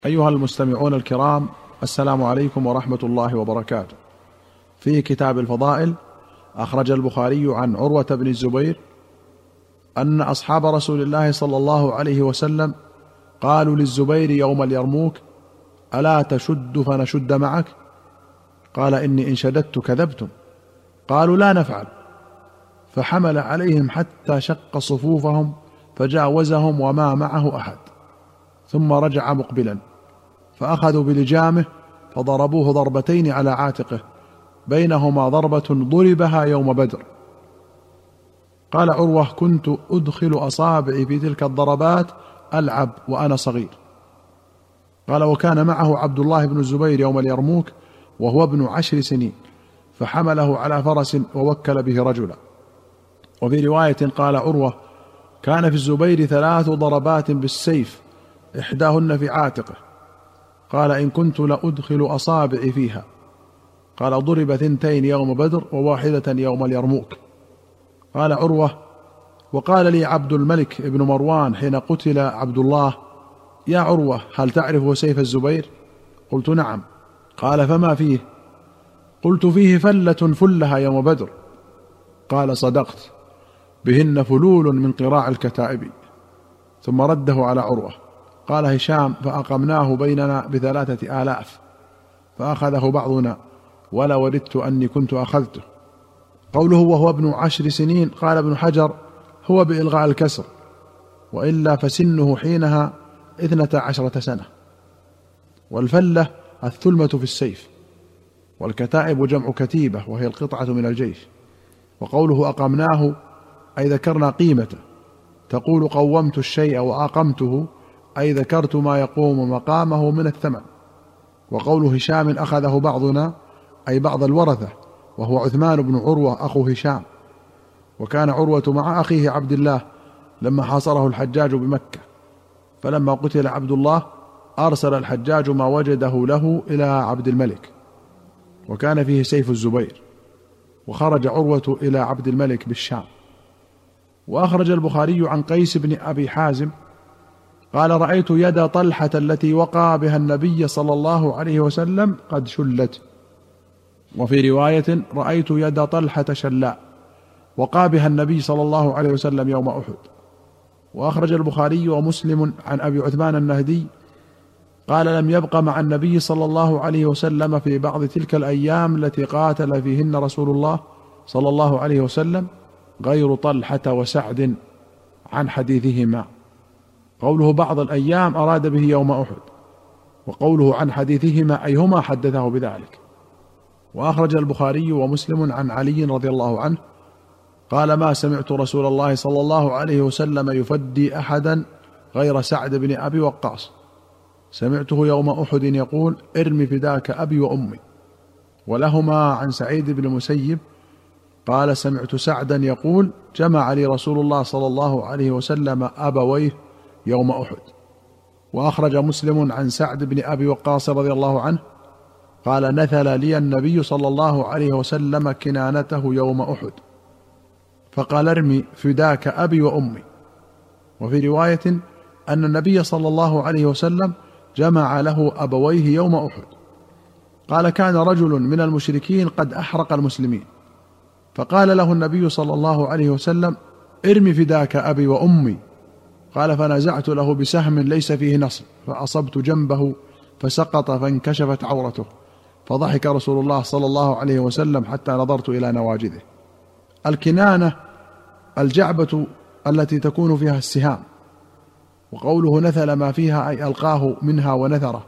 أيها المستمعون الكرام، السلام عليكم ورحمة الله وبركاته. في كتاب الفضائل أخرج البخاري عن عروة بن الزبير أن أصحاب رسول الله صلى الله عليه وسلم قالوا للزبير يوم اليرموك: ألا تشد فنشد معك؟ قال: إني إن شددت كذبتم. قالوا: لا نفعل. فحمل عليهم حتى شق صفوفهم فجاوزهم وما معه أحد، ثم رجع مقبلا، فأخذوا بلجامه فضربوه ضربتين على عاتقه، بينهما ضربة ضربها يوم بدر. قال عروة: كنت أدخل أصابعي في تلك الضربات ألعب وأنا صغير. قال: وكان معه عبد الله بن الزبير يوم اليرموك وهو ابن 10 سنين، فحمله على فرس ووكل به رجلا. وفي رواية قال عروة: كان في الزبير 3 ضربات بالسيف، إحداهن في عاتقه. قال: إن كنت لأدخل أصابعي فيها. قال: ضرب 2 يوم بدر و1 يوم اليرموك. قال عروة: وقال لي عبد الملك بن مروان حين قتل عبد الله: يا عروة، هل تعرف سيف الزبير؟ قلت: نعم. قال: فما فيه؟ قلت: فيه فلة فلها يوم بدر. قال: صدقت، بهن فلول من قراع الكتائب. ثم رده على عروة. قال هشام: فأقمناه بيننا ب3,000، فأخذه بعضنا، ولا وددت أني كنت أخذته. قوله وهو ابن 10 سنين، قال ابن حجر: هو بإلغاء الكسر، وإلا فسنه حينها 12 سنة. والفلة الثلمة في السيف، والكتائب جمع كتيبة وهي القطعة من الجيش. وقوله أقمناه أي ذكرنا قيمته، تقول قومت الشيء وأقمته أي ذكرت ما يقوم مقامه من الثمن. وقوله هشام أخذه بعضنا أي بعض الورثة، وهو عثمان بن عروة أخو هشام. وكان عروة مع أخيه عبد الله لما حاصره الحجاج بمكة، فلما قتل عبد الله أرسل الحجاج ما وجده له إلى عبد الملك، وكان فيه سيف الزبير، وخرج عروة إلى عبد الملك بالشام. وأخرج البخاري عن قيس بن أبي حازم قال: رأيت يد طلحة التي وقع بها النبي صلى الله عليه وسلم قد شلت. وفي رواية: رأيت يد طلحة شلاء وقع بها النبي صلى الله عليه وسلم يوم أحد. وأخرج البخاري ومسلم عن أبي عثمان النهدي قال: لم يبق مع النبي صلى الله عليه وسلم في بعض تلك الأيام التي قاتل فيهن رسول الله صلى الله عليه وسلم غير طلحة وسعد عن حديثهما. قوله بعض الأيام أراد به يوم أحد، وقوله عن حديثهما أي هما حدثه بذلك. وأخرج البخاري ومسلم عن علي رضي الله عنه قال: ما سمعت رسول الله صلى الله عليه وسلم يفدي أحدا غير سعد بن أبي وقاص، سمعته يوم أحد يقول: ارم فداك أبي وأمي. ولهما عن سعيد بن المسيب قال: سمعت سعدا يقول: جمع لي رسول الله صلى الله عليه وسلم أبويه يوم أحد. وأخرج مسلم عن سعد بن أبي وقاص رضي الله عنه قال: نثل لي النبي صلى الله عليه وسلم كنانته يوم أحد، فقال: ارمي فداك أبي وأمي. وفي رواية أن النبي صلى الله عليه وسلم جمع له أبويه يوم أحد. قال: كان رجل من المشركين قد أحرق المسلمين، فقال له النبي صلى الله عليه وسلم: ارمي فداك أبي وأمي. قال: فنزعت له بسهم ليس فيه نصل، فأصبت جنبه فسقط فانكشفت عورته، فضحك رسول الله صلى الله عليه وسلم حتى نظرت إلى نواجذه. الكنانة الجعبة التي تكون فيها السهام. وقوله نثل ما فيها أي ألقاه منها ونثره.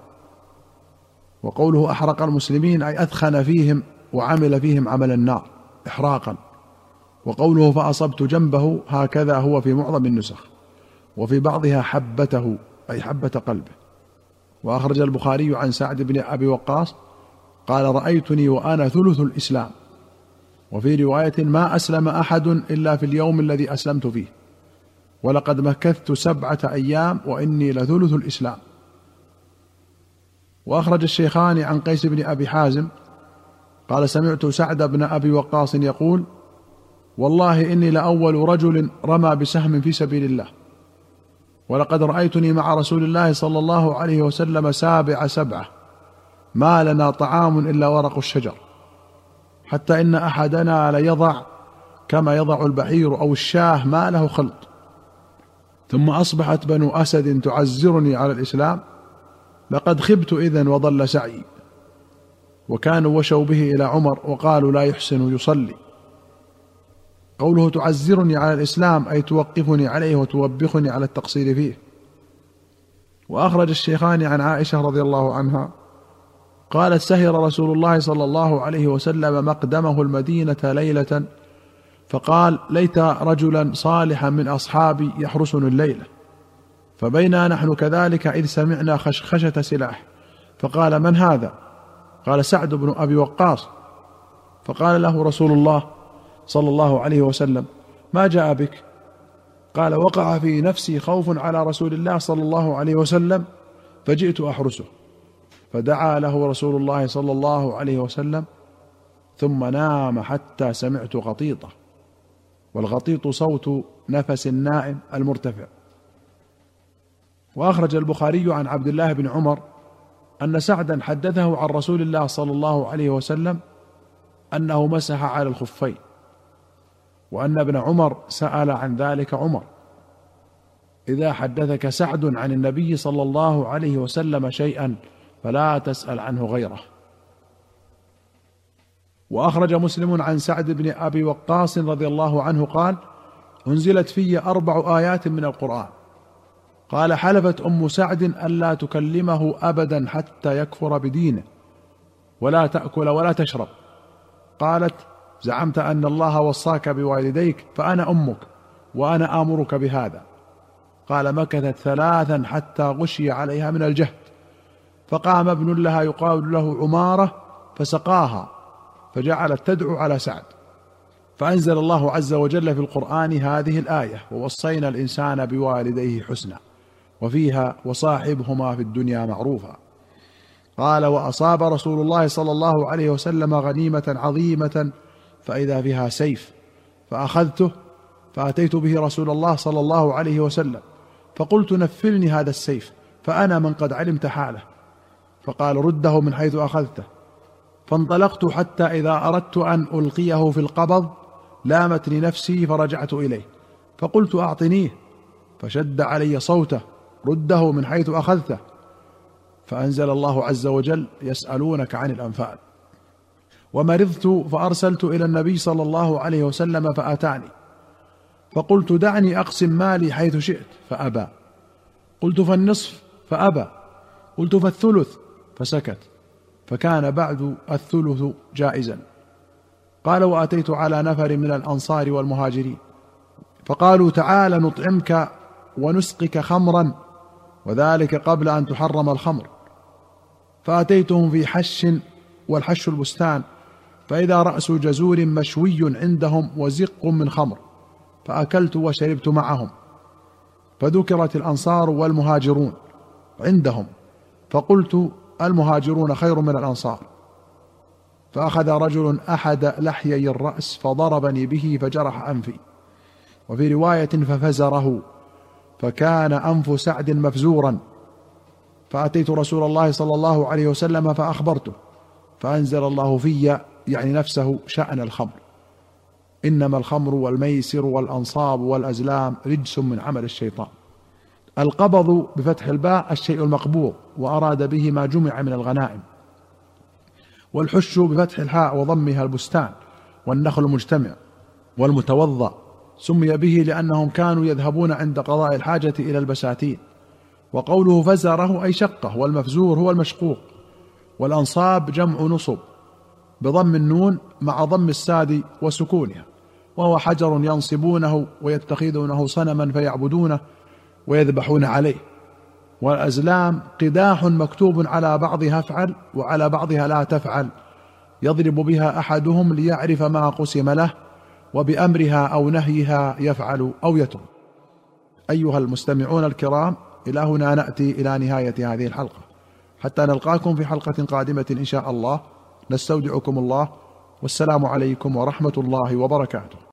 وقوله أحرق المسلمين أي أثخن فيهم وعمل فيهم عمل النار إحراقا. وقوله فأصبت جنبه هكذا هو في معظم النسخ، وفي بعضها حبته أي حبة قلبه. وأخرج البخاري عن سعد بن أبي وقاص قال: رأيتني وأنا ثلث الإسلام. وفي رواية: ما أسلم أحد إلا في اليوم الذي أسلمت فيه، ولقد مكثت 7 أيام وإني لثلث الإسلام. وأخرج الشيخان عن قيس بن أبي حازم قال: سمعت سعد بن أبي وقاص يقول: والله إني لأول رجل رمى بسهم في سبيل الله. ولقد رأيتني مع رسول الله صلى الله عليه وسلم 7 ما لنا طعام إلا ورق الشجر، حتى إن أحدنا ليضع كما يضع البعير أو الشاه ما له خلط. ثم أصبحت بنو أسد تعزرني على الإسلام، لقد خبت إذن وضل سعي. وكانوا وشوا به إلى عمر وقالوا لا يحسن يصلي. قوله تعزرني على الإسلام أي توقفني عليه وتوبخني على التقصير فيه. وأخرج الشيخان عن عائشة رضي الله عنها قالت سهر رسول الله صلى الله عليه وسلم مقدمه المدينة ليلة، فقال ليت رجلا صالحا من أصحابي يحرسني الليلة، فبينا نحن كذلك إذ سمعنا خشخشة سلاح، فقال من هذا؟ قال سعد بن أبي وقاص. فقال له رسول الله صلى الله عليه وسلم ما جاء بك؟ قال وقع في نفسي خوف على رسول الله صلى الله عليه وسلم فجئت أحرسه. فدعا له رسول الله صلى الله عليه وسلم ثم نام حتى سمعت غطيطه، والغطيط صوت نفس النائم المرتفع. وأخرج البخاري عن عبد الله بن عمر أن سعدا حدثه عن رسول الله صلى الله عليه وسلم أنه مسح على الخفين، وأن ابن عمر سأل عن ذلك عمر. إذا حدثك سعد عن النبي صلى الله عليه وسلم شيئا فلا تسأل عنه غيره. وأخرج مسلم عن سعد بن أبي وقاص رضي الله عنه قال أنزلت في 4 آيات من القرآن. قال حلفت أم سعد ألا تكلمه أبدا حتى يكفر بدينه ولا تأكل ولا تشرب. قالت زعمت أن الله وصاك بوالديك فأنا أمك وأنا آمرك بهذا. قال مكثت 3 حتى غشي عليها من الجهد، فقام ابن لها يقال له عمارة فسقاها، فجعلت تدعو على سعد. فأنزل الله عز وجل في القرآن هذه الآية ووصينا الإنسان بوالديه حسنا، وفيها وصاحبهما في الدنيا معروفا. قال وأصاب رسول الله صلى الله عليه وسلم غنيمة عظيمة فإذا فيها سيف، فأخذته فأتيت به رسول الله صلى الله عليه وسلم فقلت نفلني هذا السيف فأنا من قد علمت حاله. فقال رده من حيث أخذته. فانطلقت حتى إذا أردت أن ألقيه في القبض لامتني نفسي فرجعت إليه فقلت أعطنيه، فشد علي صوته رده من حيث أخذته. فأنزل الله عز وجل يسألونك عن الأنفال. ومرضت فأرسلت إلى النبي صلى الله عليه وسلم فأتاني، فقلت دعني أقسم مالي حيث شئت فأبى. قلت فالنصف فأبى. قلت فالثلث فسكت، فكان بعد الثلث جائزا. قال وأتيت على نفر من الأنصار والمهاجرين فقالوا تعال نطعمك ونسقك خمرا، وذلك قبل أن تحرم الخمر. فأتيتهم في حش، والحش البستان، فإذا رأس جزور مشوي عندهم وزق من خمر، فأكلت وشربت معهم. فذكرت الأنصار والمهاجرون عندهم، فقلت المهاجرون خير من الأنصار. فأخذ رجل أحد لحيي الرأس فضربني به فجرح أنفي، وفي رواية ففزره، فكان أنف سعد مفزورا. فأتيت رسول الله صلى الله عليه وسلم فأخبرته، فأنزل الله في يعني نفسه شأن الخمر: إنما الخمر والميسر والأنصاب والأزلام رجس من عمل الشيطان. القبض بفتح الباء الشيء المقبوض، وأراد به ما جمع من الغنائم. والحش بفتح الحاء وضمها البستان والنخل المجتمع والمتوضأ، سمي به لأنهم كانوا يذهبون عند قضاء الحاجة إلى البساتين. وقوله فزره أي شقه، والمفزور هو المشقوق. والأنصاب جمع نصب بضم النون مع ضم الساد وسكونها، وهو حجر ينصبونه ويتخذونه صنما فيعبدونه ويذبحون عليه. والأزلام قداح مكتوب على بعضها افعل وعلى بعضها لا تفعل، يضرب بها أحدهم ليعرف ما قسم له، وبأمرها أو نهيها يفعل أو يترك. أيها المستمعون الكرام، إلى هنا نأتي إلى نهاية هذه الحلقة، حتى نلقاكم في حلقة قادمة إن شاء الله. نستودعكم الله، والسلام عليكم ورحمة الله وبركاته.